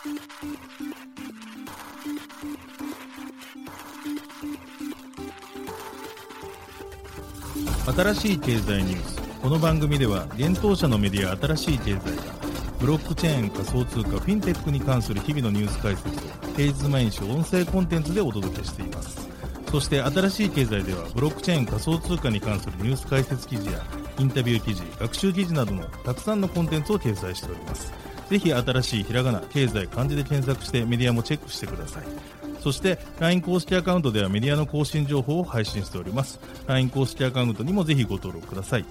新しい経済ニュース。この番組では現当社のメディア新しい経済がブロックチェーン、仮想通貨、フィンテックに関する日々のニュース解説を平日毎日音声コンテンツでお届けしています。そして新しい経済ではブロックチェーン、仮想通貨に関するニュース解説記事やインタビュー記事、学習記事などのたくさんのコンテンツを掲載しております。ぜひ新しいひらがな、経済、漢字で検索してメディアもチェックしてください。そして LINE 公式アカウントではメディアの更新情報を配信しております。 LINE 公式アカウントにもぜひご登録ください。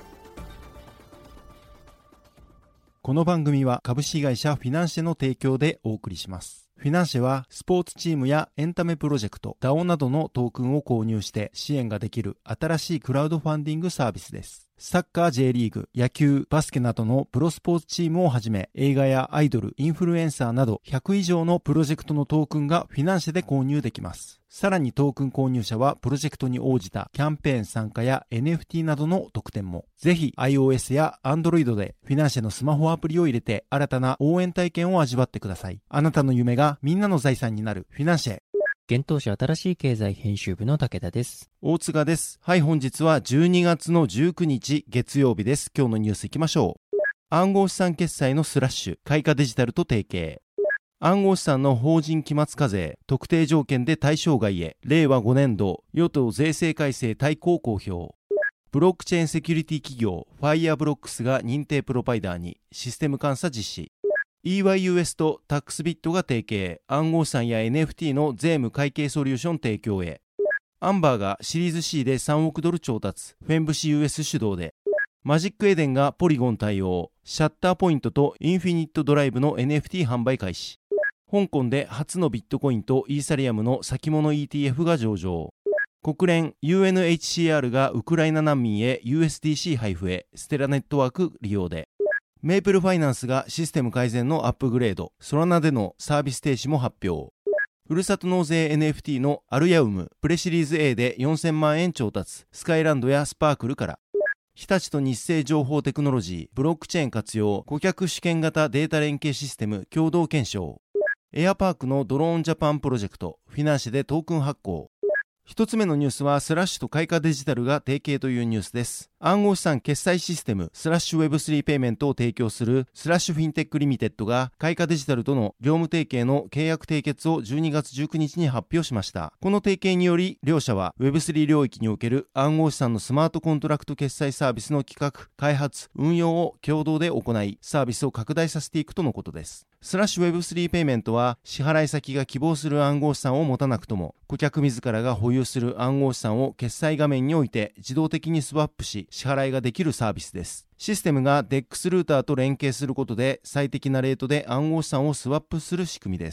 この番組は株式会社フィナンシェの提供でお送りします。フィナンシェはスポーツチームやエンタメプロジェクト、DAO などのトークンを購入して支援ができる新しいクラウドファンディングサービスです。サッカー J リーグ、野球、バスケなどのプロスポーツチームをはじめ、映画やアイドル、インフルエンサーなど100以上のプロジェクトのトークンがフィナンシェで購入できます。さらにトークン購入者はプロジェクトに応じたキャンペーン参加や NFT などの特典も。ぜひ iOS や Android でフィナンシェのスマホアプリを入れて新たな応援体験を味わってください。あなたの夢がみんなの財産になるフィナンシェ。 現当社新しい経済編集部の武田です。 大塚です。はい、本日は12月の19日月曜日です。今日のニュースいきましょう。暗号資産決済のスラッシュ、開花デジタルと提携。暗号資産の法人期末課税、特定条件で対象外へ、令和5年度、与党税制改正大綱公表。ブロックチェーンセキュリティ企業、ファイアブロックスが認定プロバイダーにシステム監査実施。EYUS とタックスビットが提携、暗号資産や NFT の税務会計ソリューション提供へ。アンバーがシリーズ C で3億ドル調達、フェンブシ US 主導で。マジックエデンがポリゴン対応、シャッターポイントとインフィニットドライブの NFT 販売開始。香港で初のビットコインとイーサリアムの先物 ETF が上場。国連 UNHCR がウクライナ難民へ USDC 配布へ、ステラネットワーク利用で。メープルファイナンスがシステム改善のアップグレード、ソラナでのサービス停止も発表。ふるさと納税 NFT のアルヤウム、プレシリーズ A で4000万円調達、スカイランドやスパークルから。日立と日清情報テクノロジー、ブロックチェーン活用、顧客主権型データ連携システム共同検証。エアパークのドローンジャパンプロジェクト、フィナンシェでトークン発行。一つ目のニュースはスラッシュと開花デジタルが提携というニュースです。暗号資産決済システムスラッシュ Web3 ペイメントを提供するスラッシュフィンテックリミテッドが開花デジタルとの業務提携の契約締結を12月19日に発表しました。この提携により両社は Web3 領域における暗号資産のスマートコントラクト決済サービスの企画、開発、運用を共同で行いサービスを拡大させていくとのことです。スラッシュ Web3 ペイメントは支払い先が希望する暗号資産を持たなくとも顧客自らが保有する暗号資産を決済画面において自動的にスワップし支払いができるサービスです。システムが DEX ルーターと連携することで最適なレートで暗号資産をスワップする仕組みです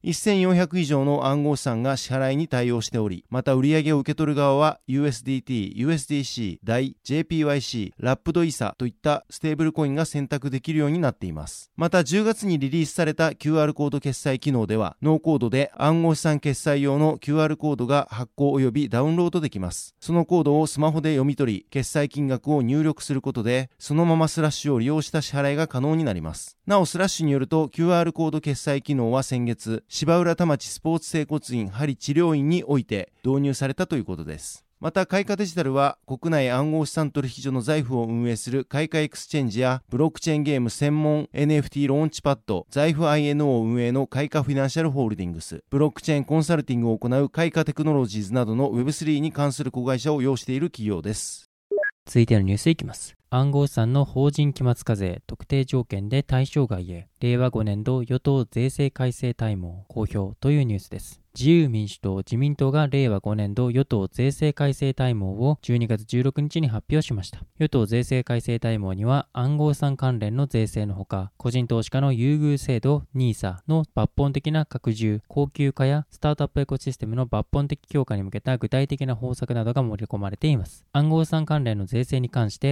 。1400以上の暗号資産が支払いに対応しており、また売上を受け取る側は USDT、USDC、DAI、JPYC、ラップドイーサといったステーブルコインが選択できるようになっています。また10月にリリースされた QR コード決済機能ではノーコードで暗号資産決済用の QR コードが発行及びダウンロードできます。そのコードをスマホで読み取り、決済金額を入力することでそのままスラッシュを利用した支払いが可能になります。なおスラッシュによると QR コード決済機能は先月芝浦田町スポーツ整骨院針治療院において導入されたということです。また開花デジタルは国内暗号資産取引所の財布を運営する開花エクスチェンジやブロックチェーンゲーム専門 NFT ローンチパッド財布 INO 運営の開花フィナンシャルホールディングス、ブロックチェーンコンサルティングを行う開花テクノロジーズなどの Web3 に関する子会社を擁している企業です。 続いてのニュースいきます。暗号資産の法人期末課税特定条件で対象外へ、令和5年度与党税制改正大綱公表というニュースです。自由民主党、自民党が令和5年度与党税制改正大綱を12月16日に発表しました。与党税制改正大綱には暗号資産関連の税制のほか、個人投資家の優遇制度 NISA の抜本的な拡充、恒久化やスタートアップエコシステムの抜本的強化に向けた具体的な方策などが盛り込まれています。暗号資産関連の税制に関して与党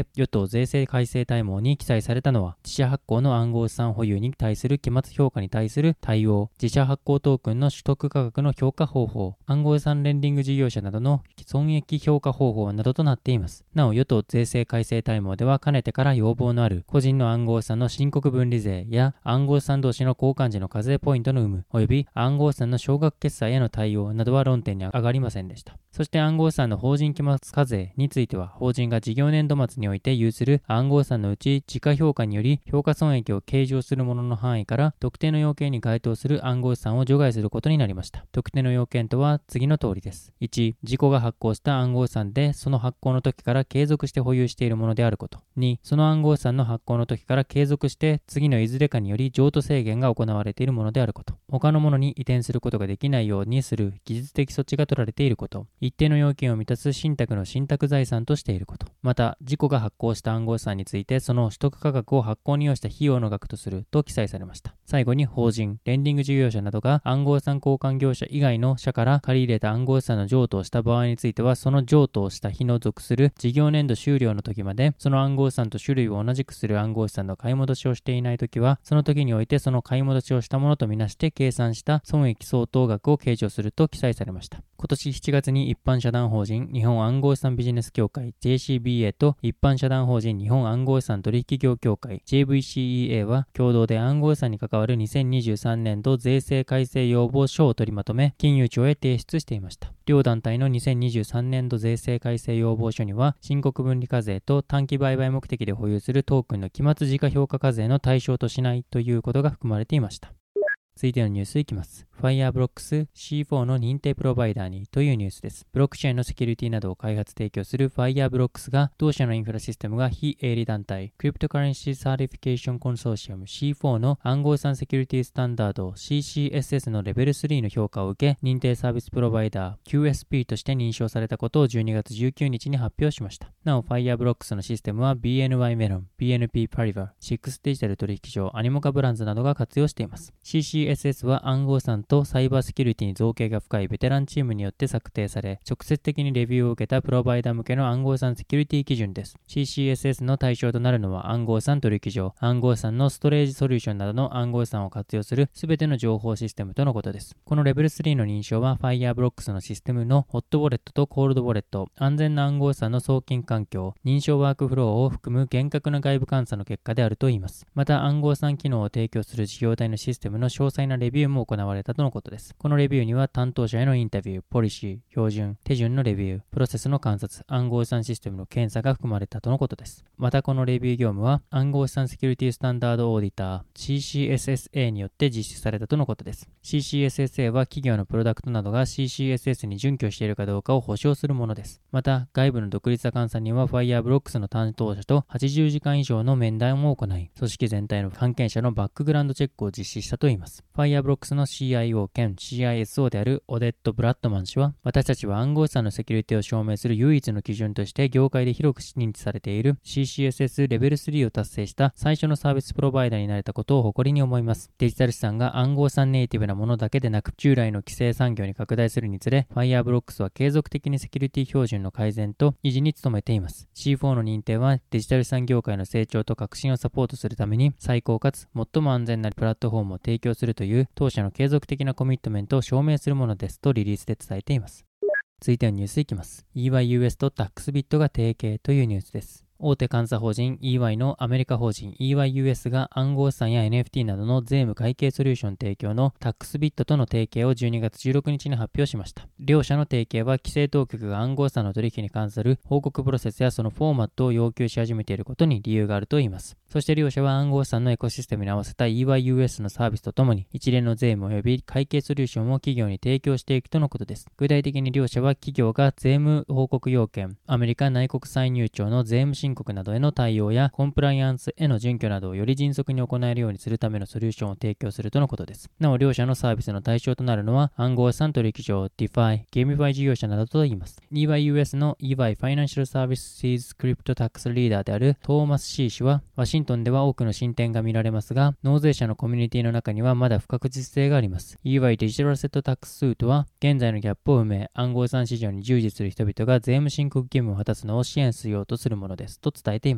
党税制改正大網に記載されたのは、自社発行の暗号資産保有に対する期末評価に対する対応、自社発行トークンの取得価格の評価方法、暗号資産レンディング事業者などの損益評価方法などとなっています。なお、与党税制改正大網ではかねてから要望のある個人の暗号資産の申告分離税や暗号資産同士の交換時の課税ポイントの有無、及び暗号資産の少額決済への対応などは論点に上がりませんでした。そして暗号資産の法人期末課税については、法人が事業年度末において有する暗号資産のうち時価評価により評価損益を計上するものの範囲から特定の要件に該当する暗号資産を除外することになりました。特定の要件とは次の通りです。1、自己が発行した暗号資産でその発行の時から継続して保有しているものであること。2、その暗号資産の発行の時から継続して次のいずれかにより譲渡制限が行われているものであること。他のものに移転することができないようにする技術的措置が取られていること。一定の要件を満たす信託の信託財産としていること。また、自己が発行した暗号資産についてその取得価格を発行に要した費用の額とすると記載されました。最後に法人、レンディング事業者などが暗号資産交換業者以外の社から借り入れた暗号資産の譲渡をした場合については、その譲渡をした日の属する事業年度終了の時まで、その暗号資産と種類を同じくする暗号資産の買い戻しをしていない時は、その時においてその買い戻しをしたものとみなして計算した損益相当額を計上すると記載されました。今年7月に一般社団法人日本暗号資産ビジネス協会 JCBA と一般社団法人日本暗号資産取引業協会 JVCEA は共同で暗号資産に関わる2023年度税制改正要望書を取りまとめ、金融庁へ提出していました。両団体の2023年度税制改正要望書には、申告分離課税と短期売買目的で保有するトークンの期末時価評価課税の対象としないということが含まれていました。続いてのニュースいきます。Fireblocks C4 の認定プロバイダーにというニュースです。ブロックチェーンのセキュリティなどを開発提供する Fireblocks が同社のインフラシステムが非営利団体 Cryptocurrency Certification Consortium C4 の暗号資産セキュリティスタンダード CCSS のレベル3の評価を受け、認定サービスプロバイダー QSP として認証されたことを12月19日に発表しました。なお Fireblocks のシステムは BNY メロン、BNP パリバ、6デジタル取引所、アニモカブランズなどが活用しています。CCSS は暗号資産とサイバーセキュリティに造形が深いベテランチームによって策定され、直接的にレビューを受けたプロバイダー向けの暗号資産セキュリティ基準です。CCSS の対象となるのは暗号資産取引所、暗号資産のストレージソリューションなどの暗号資産を活用するすべての情報システムとのことです。このレベル3の認証は Fireblocks のシステムのホットウォレットとコールドウォレット、安全な暗号資産の送金環境、認証ワークフローを含む厳格な外部監査の結果であるといいます。また暗号資産機能を提供する事業体のシステムの詳細なレビューも行われたとのことです。このレビューには担当者へのインタビュー、ポリシー、標準、手順のレビュー、プロセスの観察、暗号資産システムの検査が含まれたとのことです。またこのレビュー業務は暗号資産セキュリティスタンダードオーディター CCSSA によって実施されたとのことです。CCSSA は企業のプロダクトなどが CCSS に準拠しているかどうかを保証するものです。また外部の独立監査人は Fireblocks の担当者と80時間以上の面談を行い、組織全体の関係者のバックグラウンドチェックを実施したといいます。Fireblocks の CIO 兼 CISO であるオデット・ブラッドマン氏は、私たちは暗号資産のセキュリティを証明する唯一の基準として業界で広く認知されている CCSS レベル3を達成した最初のサービスプロバイダーになれたことを誇りに思います。デジタル資産が暗号資産ネイティブなものだけでなく、従来の規制産業に拡大するにつれ、Fireblocks は継続的にセキュリティ標準の改善と維持に努めています。C4 の認定はデジタル資産業界の成長と革新をサポートするために最高かつ最も安全なプラットフォームを提供するという当社の継続的なコミットメントを証明するものですとリリースで伝えています。続いてのニュースいきます。EYUS と TaxBit が提携というニュースです。大手監査法人 EY のアメリカ法人 EYUS が暗号資産や NFT などの税務会計ソリューション提供の TaxBit との提携を12月16日に発表しました。両社の提携は規制当局が暗号資産の取引に関する報告プロセスやそのフォーマットを要求し始めていることに理由があるといいます。そして両社は暗号資産のエコシステムに合わせた EYUS のサービスとともに一連の税務及び会計ソリューションを企業に提供していくとのことです。具体的に両社は企業が税務報告要件、アメリカ内国歳入庁の税務申告などへの対応やコンプライアンスへの準拠などをより迅速に行えるようにするためのソリューションを提供するとのことです。なお両社のサービスの対象となるのは暗号資産取引所、DeFi、ゲーミファイ事業者などといいます。EYUS の EY Financial Services Crypto Tax Leader であるトーマス・シー氏は、ワシントンでは多くの進展が見られますが、納税者のコミュニティの中にはまだ不確実性があります。EY デジタルアセットタックススートは、現在のギャップを埋め、暗号資産市場に従事する人々が税務申告義務を果たすのを支援しようとするものですと伝えています。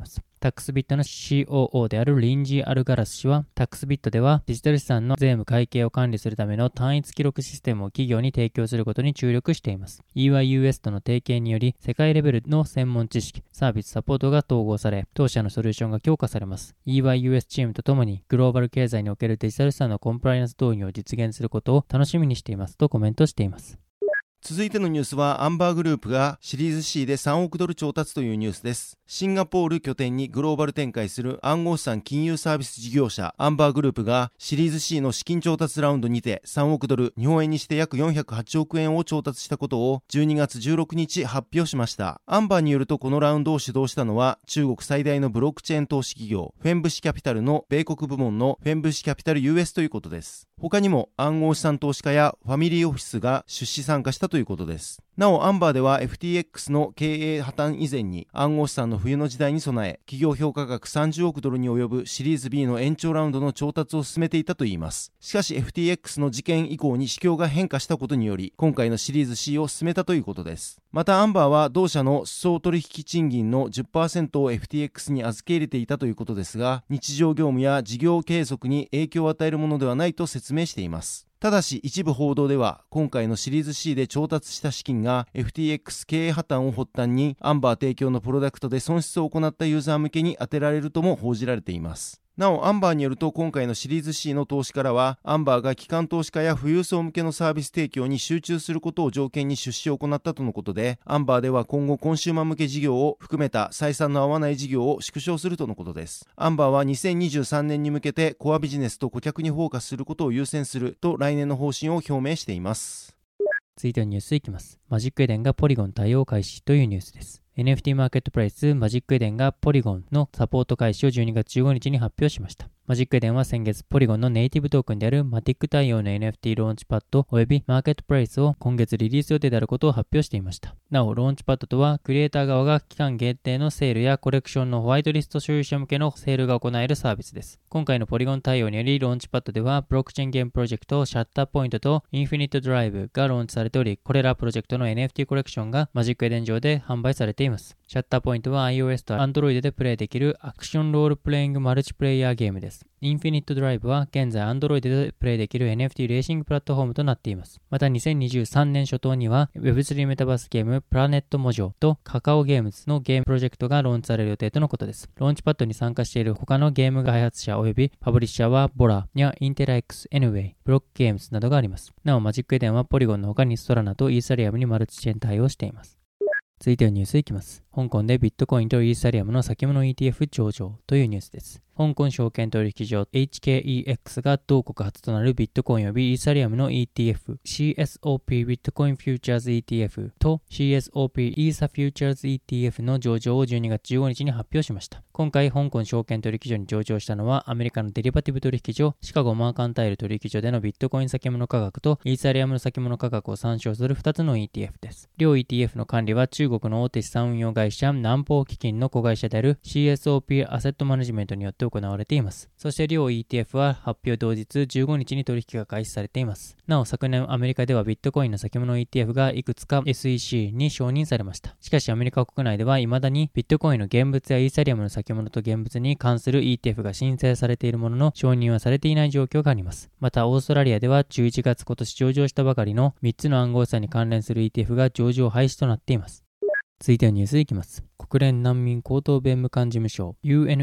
タックスビットの COO であるリンジー・アルガラス氏は、タックスビットではデジタル資産の税務会計を管理するための単一記録システムを企業に提供することに注力しています。EYUS との提携により、世界レベルの専門知識、サービスサポートが統合され、当社のソリューションが強化されます。EYUS チームとともに、グローバル経済におけるデジタル資産のコンプライアンス導入を実現することを楽しみにしていますとコメントしています。 続いてのニュースは、アンバーグループがシリーズ C で3億ドル調達というニュースです。シンガポール拠点にグローバル展開する暗号資産金融サービス事業者アンバーグループがシリーズ C の資金調達ラウンドにて3億ドル、日本円にして約408億円を調達したことを12月16日発表しました。アンバーによると、このラウンドを主導したのは中国最大のブロックチェーン投資企業フェンブシキャピタルの米国部門のフェンブシキャピタル US ということです。他にも暗号資産投資家やファミリーオフィスが出資参加したということです。なお、アンバーでは FTX の経営破綻以前に暗号資産の冬の時代に備え、企業評価額30億ドルに及ぶシリーズ B の延長ラウンドの調達を進めていたといいます。しかし FTX の事件以降に市況が変化したことにより、今回のシリーズ C を進めたということです。またアンバーは同社の総取引賃金の 10% を FTX に預け入れていたということですが、日常業務や事業継続に影響を与えるものではないと説明しています。ただし一部報道では、今回のシリーズ C で調達した資金が FTX 経営破綻を発端にアンバー提供のプロダクトで損失を行ったユーザー向けに充てられるとも報じられています。なお、アンバーによると、今回のシリーズ C の投資からは、アンバーが機関投資家や富裕層向けのサービス提供に集中することを条件に出資を行ったとのことで、アンバーでは今後コンシューマー向け事業を含めた採算の合わない事業を縮小するとのことです。アンバーは2023年に向けてコアビジネスと顧客にフォーカスすることを優先すると来年の方針を表明しています。 続いてのニュースいきます。マジックエデンがポリゴン対応開始というニュースです。NFT マーケットプレイスマジックエデンがポリゴンのサポート開始を12月15日に発表しました。マジックエデンは先月ポリゴンのネイティブトークンであるマティック対応の NFT ローンチパッドおよびマーケットプレイスを今月リリース予定であることを発表していました。なお、ローンチパッドとはクリエイター側が期間限定のセールやコレクションのホワイトリスト所有者向けのセールが行えるサービスです。今回のポリゴン対応によりローンチパッドではブロックチェーンゲームプロジェクトシャッターポイントとインフィニットドライブがローンチされており、これらプロジェクトの NFT コレクションがマジックエデン上で販売されています。シャッターポイントは iOS と Android でプレイできるアクションロールプレイングマルチプレイヤーゲームです。インフィニットドライブは現在 Android でプレイできる NFT レーシングプラットフォームとなっています。また2023年初頭には Web3 メタバースゲームプラネットモジョとカカオゲームズのゲームプロジェクトがローンチされる予定とのことです。ローンチパッドに参加している他のゲーム開発者及びパブリッシャーはボラやインテラ X、Anyway、ブロックゲームズなどがあります。なお、マジックエデンはポリゴンの他にストラナとイーサリアムにマルチチェーン対応しています。続いてのニュースいきます。香港でビットコインとイーサリアムの先物 ETF 上場というニュースです。香港証券取引所 HKEX が同国初となるビットコイン及びイーサリアムの ETF CSOP ビットコインフューチャーズ ETF と CSOP イーサフューチャーズ ETF の上場を12月15日に発表しました。今回香港証券取引所に上場したのはアメリカのデリバティブ取引所シカゴマーカンタイル取引所でのビットコイン先物価格とイーサリアムの先物価格を参照する2つの ETF です。両 ETF の管理は中国の大手資産運用会社南方基金の子会社である CSOP アセットマネジメントによって行われています。そして両 ETF は発表同日15日に取引が開始されています。なお、昨年アメリカではビットコインの先物 ETF がいくつか SEC に承認されました。しかしアメリカ国内では未だにビットコインの現物やイーサリアムの先物と現物に関する ETF が申請されているものの承認はされていない状況があります。またオーストラリアでは11月今年上場したばかりの3つの暗号資産に関連する ETF が上場廃止となっています。続いてのニュースいきます。国連難民高等弁務官事務所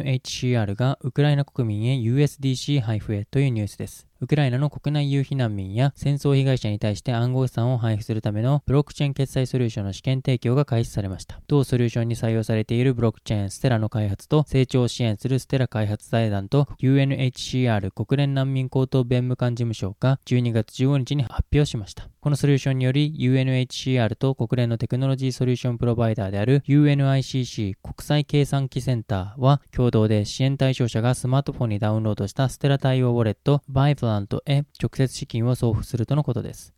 UNHCR がウクライナ国民へ USDC 配布へというニュースです。ウクライナの国内有避難民や戦争被害者に対して暗号資産を配布するためのブロックチェーン決済ソリューションの試験提供が開始されました。同ソリューションに採用されているブロックチェーンステラの開発と成長を支援するステラ開発財団と UNHCR 国連難民高等弁務官事務所が12月15日に発表しました。このソリューションにより UNHCR と国連のテクノロジーソリューションプロバイダーである UNICC 国際計算機センターは共同で支援対象者がスマートフォンにダウンロードしたステラ対応ウォレットバイブラントへ直接資金を送付するとのことです。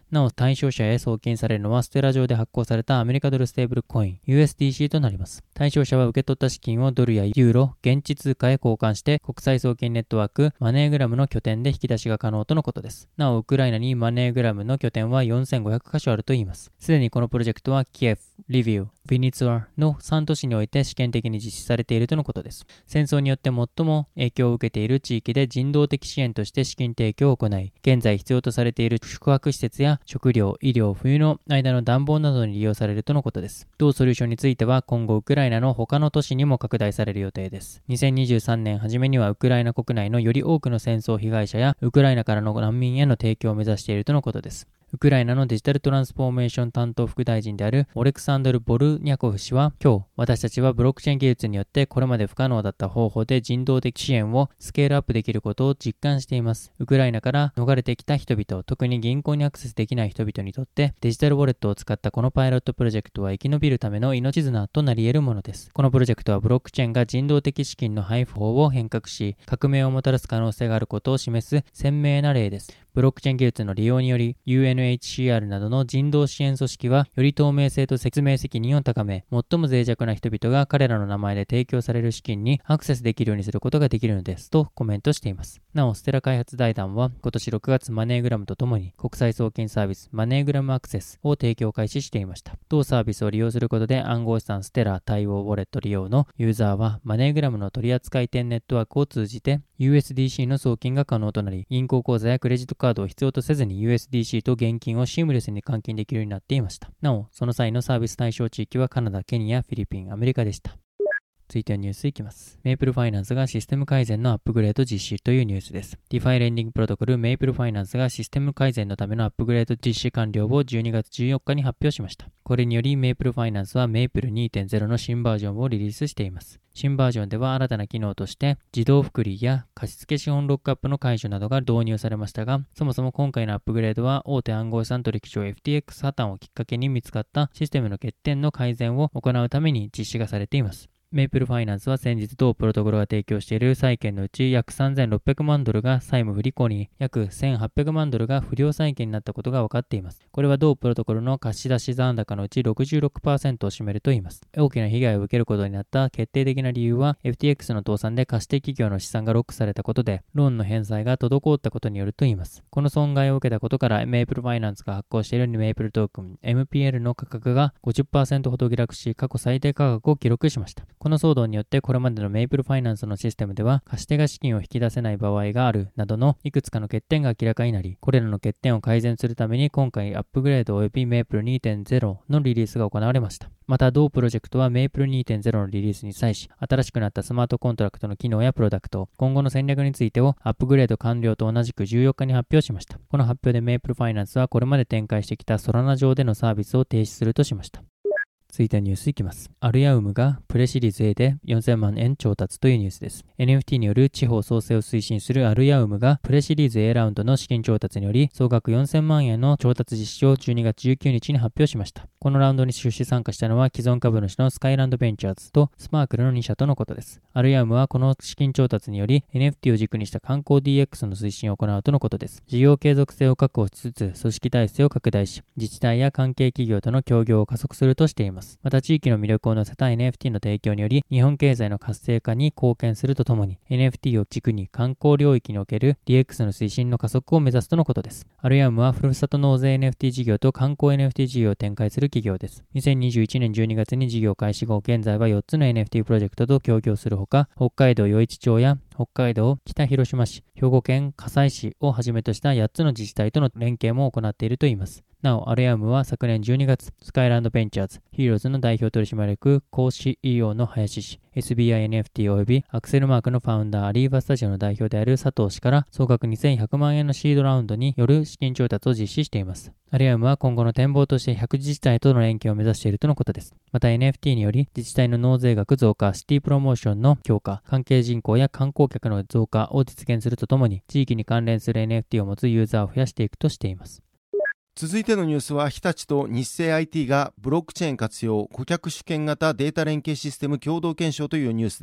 なお対象者へ送金されるのはステラ上で発行されたアメリカドルステーブルコイン USDC となります。対象者は受け取った資金をドルやユーロ、現地通貨へ交換して国際送金ネットワークマネーグラムの拠点で引き出しが可能とのことです。なおウクライナにマネーグラムの拠点は4500カ所あるといいます。すでにこのプロジェクトはキエフ、リビウ、ヴィニツァの3都市において試験的に実施されているとのことです。戦争によって最も影響を受けている地域で人道的支援として資金提供を行い、現在必要とされている宿泊施設や食料、医療、冬の間の暖房などに利用されるとのことです。同ソリューションについては今後ウクライナの他の都市にも拡大される予定です。2023年初めにはウクライナ国内のより多くの戦争被害者やウクライナからの難民への提供を目指しているとのことです。ウクライナのデジタルトランスフォーメーション担当副大臣であるオレクサンドル・ボルニャコフ氏は今日、私たちはブロックチェーン技術によってこれまで不可能だった方法で人道的支援をスケールアップできることを実感しています。ウクライナから逃れてきた人々、特に銀行にアクセスできない人々にとってデジタルウォレットを使ったこのパイロットプロジェクトは生き延びるための命綱となり得るものです。このプロジェクトはブロックチェーンが人道的資金の配布法を変革し、革命をもたらす可能性があることを示す鮮明な例です。ブロックチェーン技術の利用により UNHCR などの人道支援組織はより透明性と説明責任を高め、最も脆弱な人々が彼らの名前で提供される資金にアクセスできるようにすることができるのですとコメントしています。なおステラ開発財団は今年6月マネーグラムとともに国際送金サービスマネーグラムアクセスを提供開始していました。同サービスを利用することで暗号資産ステラ対応ウォレット利用のユーザーはマネーグラムの取扱店ネットワークを通じて USDC の送金が可能となり、銀行口座やクレジットカードを必要とせずに USDC と現金をシームレスに換金できるようになっていました。なお、その際のサービス対象地域はカナダ、ケニア、フィリピン、アメリカでした。続いてのニュースいきます。メイプルファイナンスがシステム改善のアップグレード実施というニュースです。DeFi レンディングプロトコルメイプルファイナンスがシステム改善のためのアップグレード実施完了を12月14日に発表しました。これによりメイプルファイナンスはメイプル 2.0 の新バージョンをリリースしています。新バージョンでは新たな機能として自動複利や貸付資本ロックアップの解除などが導入されましたが、そもそも今回のアップグレードは大手暗号資産取引所 FTX 破綻をきっかけに見つかったシステムの欠点の改善を行うために実施がされています。メイプルファイナンスは先日同プロトコルが提供している債券のうち約3600万ドルが債務不履行に約1800万ドルが不良債権になったことが分かっています。これは同プロトコルの貸出残高のうち 66% を占めるといいます。大きな被害を受けることになった決定的な理由は FTX の倒産で貸して企業の資産がロックされたことでローンの返済が滞ったことによるといいます。この損害を受けたことからメイプルファイナンスが発行しているメイプルトークン MPL の価格が 50% ほど下落し過去最低価格を記録しました。この騒動によってこれまでのメイプルファイナンスのシステムでは貸し手が資金を引き出せない場合があるなどのいくつかの欠点が明らかになり、これらの欠点を改善するために今回アップグレード及びメイプル 2.0 のリリースが行われました。また同プロジェクトはメイプル 2.0 のリリースに際し、新しくなったスマートコントラクトの機能やプロダクト、今後の戦略についてをアップグレード完了と同じく14日に発表しました。この発表でメイプルファイナンスはこれまで展開してきたソラナ上でのサービスを停止するとしました。続いてニュースいきます。アルヤウムがプレシリーズ A で4000万円調達というニュースです。NFT による地方創生を推進するアルヤウムがプレシリーズ A ラウンドの資金調達により総額4000万円の調達実施を12月19日に発表しました。このラウンドに出資参加したのは既存株主のスカイランドベンチャーズとスパークルの2社とのことです。アルヤウムはこの資金調達により NFT を軸にした観光 DX の推進を行うとのことです。事業継続性を確保しつつ組織体制を拡大し、自治体や関係企業との協業を加速するとしています。また地域の魅力を乗せた NFT の提供により日本経済の活性化に貢献するとともに NFT を軸に観光領域における DX の推進の加速を目指すとのことです。アルヤウムはふるさと納税 NFT 事業と観光 NFT 事業を展開する企業です。2021年12月に事業開始後、現在は4つの NFT プロジェクトと協業するほか、北海道余市町や北海道北広島市、兵庫県加西市をはじめとした8つの自治体との連携も行っているといいます。なお、アルヤウムは昨年12月、スカイランドベンチャーズ、ヒーローズの代表取締役、co CEO の林氏、SBINFT 及びアクセルマークのファウンダー、アリーバスタジオの代表である佐藤氏から総額2100万円のシードラウンドによる資金調達を実施しています。アルヤウムは今後の展望として100自治体との連携を目指しているとのことです。また NFT により自治体の納税額増加、シティプロモーションの強化、関係人口や観光客の増加を実現するとともに、地域に関連する NFT を持つユーザーを増やしていくとしています。 続いてのニュースは、日立と日清 IT がブロックチェーン活用顧客主権型データ連携システム共同検証というニュースです。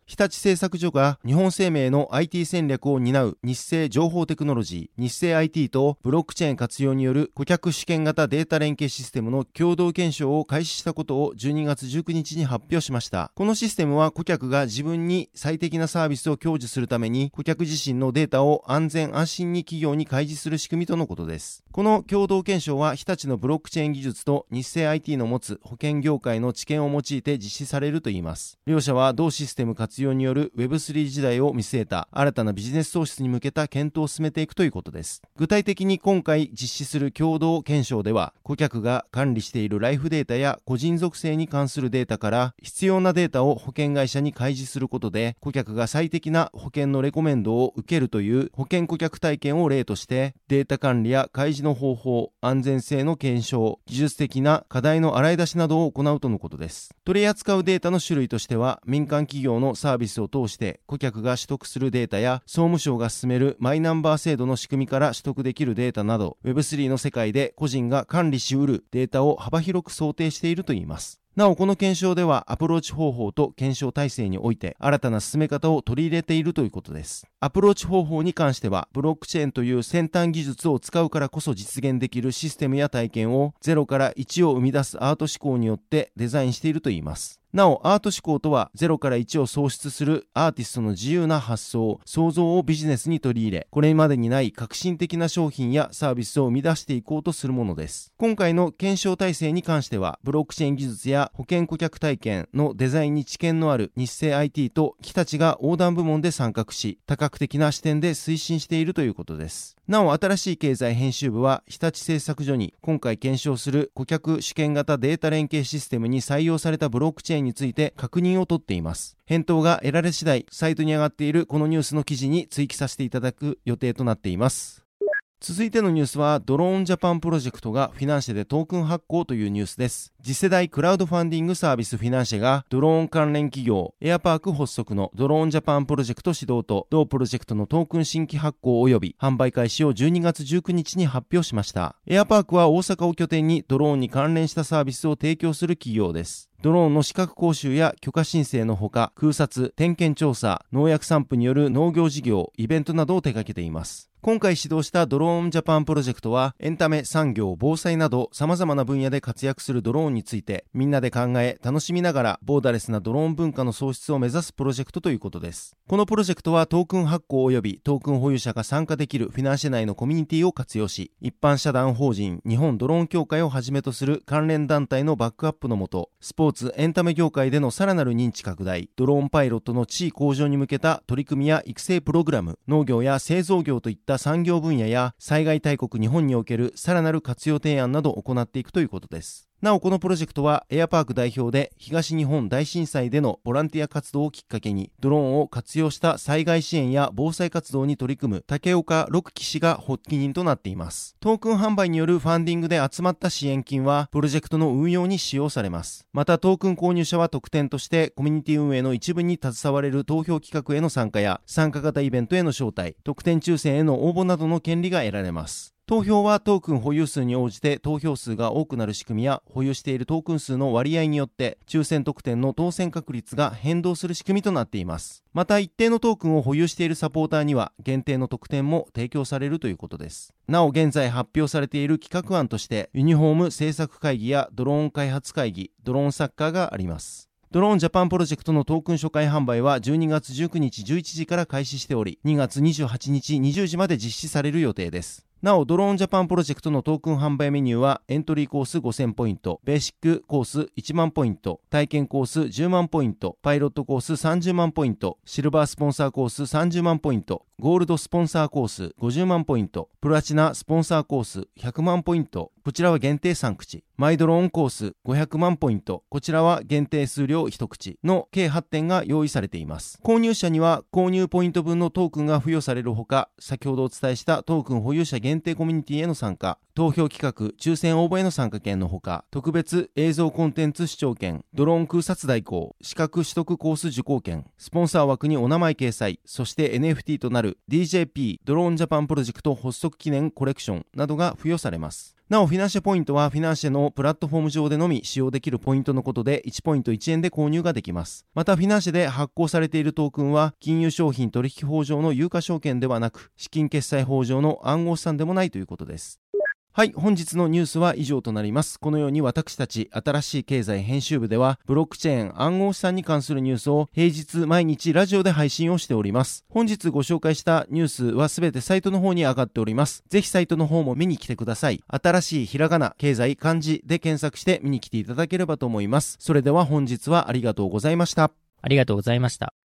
日立製作所が日本生命の IT 戦略を担う日清情報テクノロジー、日清 IT とブロックチェーン活用による顧客主権型データ連携システムの共同検証を開始したことを12月19日に発表しました。このシステムは顧客が自分に最適なサービスを享受するために顧客自身のデータを安全安心に企業に開示する仕組みとのことです。この共同検証は日立のブロックチェーン技術と日清 IT の持つ保険業界の知見を用いて実施されるといいます。両社は同システム活用による Web3 時代を見据えた新たなビジネス創出に向けた検討を進めていくということです。具体的に今回実施する共同検証では、顧客が管理しているライフデータや個人属性に関するデータから必要なデータを保険会社に開示することで、顧客が最適な保険のレコメンドを受けるという保険顧客体験を例として、データ管理や開示の方法、安全性の検証、技術的な課題の洗い出しなどを行うとのことです。取り扱うデータの種類としては、民間企業のサービスを通して顧客が取得するデータや、総務省が進めるマイナンバー制度の仕組みから取得できるデータなど、Web3 の世界で個人が管理し得るデータを幅広く想定しているといいます。なお、この検証ではアプローチ方法と検証体制において新たな進め方を取り入れているということです。アプローチ方法に関しては、ブロックチェーンという先端技術を使うからこそ実現できるシステムや体験を0から1を生み出すアート思考によってデザインしているといいます。なお、アート思考とは0から1を創出するアーティストの自由な発想、創造をビジネスに取り入れ、これまでにない革新的な商品やサービスを生み出していこうとするものです。今回の検証体制に関しては、ブロックチェーン技術や保険顧客体験のデザインに知見のある日清 IT と日立が横断部門で参画し、多角的な視点で推進しているということです。なお、新しい経済編集部は日立製作所に今回検証する顧客主権型データ連携システムに採用されたブロックチェーンについて確認を取っています。返答が得られ次第、サイトに上がっているこのニュースの記事に追記させていただく予定となっています。続いてのニュースは、ドローンジャパンプロジェクトがフィナンシェでトークン発行というニュースです。次世代クラウドファンディングサービスフィナンシェがドローン関連企業エアパーク発足のドローンジャパンプロジェクト始動と同プロジェクトのトークン新規発行及び販売開始を12月19日に発表しました。エアパークは大阪を拠点にドローンに関連したサービスを提供する企業です。ドローンの資格講習や許可申請のほか、空撮、点検調査、農薬散布による農業事業、イベントなどを手掛けています。今回始動したドローンジャパンプロジェクトは、エンタメ、産業、防災など様々な分野で活躍するドローンについて、みんなで考え、楽しみながらボーダレスなドローン文化の創出を目指すプロジェクトということです。このプロジェクトはトークン発行及びトークン保有者が参加できるフィナンシェ内のコミュニティを活用し、一般社団法人日本ドローン協会をはじめとする関連団体のバックアップのもと、スポーツ、エンタメ業界でのさらなる認知拡大、ドローンパイロットの地位向上に向けた取り組みや育成プログラム、農業や製造業といった産業分野や災害大国日本におけるさらなる活用提案などを行っていくということです。なお、このプロジェクトはエアパーク代表で東日本大震災でのボランティア活動をきっかけにドローンを活用した災害支援や防災活動に取り組む竹岡六樹氏が発起人となっています。トークン販売によるファンディングで集まった支援金はプロジェクトの運用に使用されます。またトークン購入者は特典としてコミュニティ運営の一部に携われる投票企画への参加や参加型イベントへの招待、特典抽選への応募などの権利が得られます。投票はトークン保有数に応じて投票数が多くなる仕組みや保有しているトークン数の割合によって抽選特典の当選確率が変動する仕組みとなっています。また一定のトークンを保有しているサポーターには限定の特典も提供されるということです。なお現在発表されている企画案としてユニフォーム制作会議やドローン開発会議、ドローンサッカーがあります。ドローンジャパンプロジェクトのトークン初回販売は12月19日11時から開始しており、2月28日20時まで実施される予定です。なお、ドローンジャパンプロジェクトのトークン販売メニューは、エントリーコース5000ポイント、ベーシックコース1万ポイント、体験コース10万ポイント、パイロットコース30万ポイント、シルバースポンサーコース30万ポイント、ゴールドスポンサーコース50万ポイント、プラチナスポンサーコース100万ポイント、こちらは限定3口、マイドローンコース500万ポイント、こちらは限定数量1口の計8点が用意されています。購入者には購入ポイント分のトークンが付与されるほか、先ほどお伝えしたトークン保有者限定コミュニティへの参加、 投票企画、抽選応募への参加券のほか、特別映像コンテンツ視聴券、ドローン空撮代行、資格取得コース受講券、スポンサー枠にお名前掲載、そして NFT となる DJP ドローンジャパンプロジェクト発足記念コレクションなどが付与されます。なお、フィナンシェポイントはフィナンシェのプラットフォーム上でのみ使用できるポイントのことで1ポイント1円で購入ができます。また、フィナンシェで発行されているトークンは金融商品取引法上の有価証券ではなく、資金決済法上の暗号資産でもないということです。はい、本日のニュースは以上となります。このように私たち新しい経済編集部ではブロックチェーン暗号資産に関するニュースを平日毎日ラジオで配信をしております。本日ご紹介したニュースはすべてサイトの方に上がっております。ぜひサイトの方も見に来てください。新しいひらがな、経済、漢字で検索して見に来ていただければと思います。それでは本日はありがとうございました。 ありがとうございました。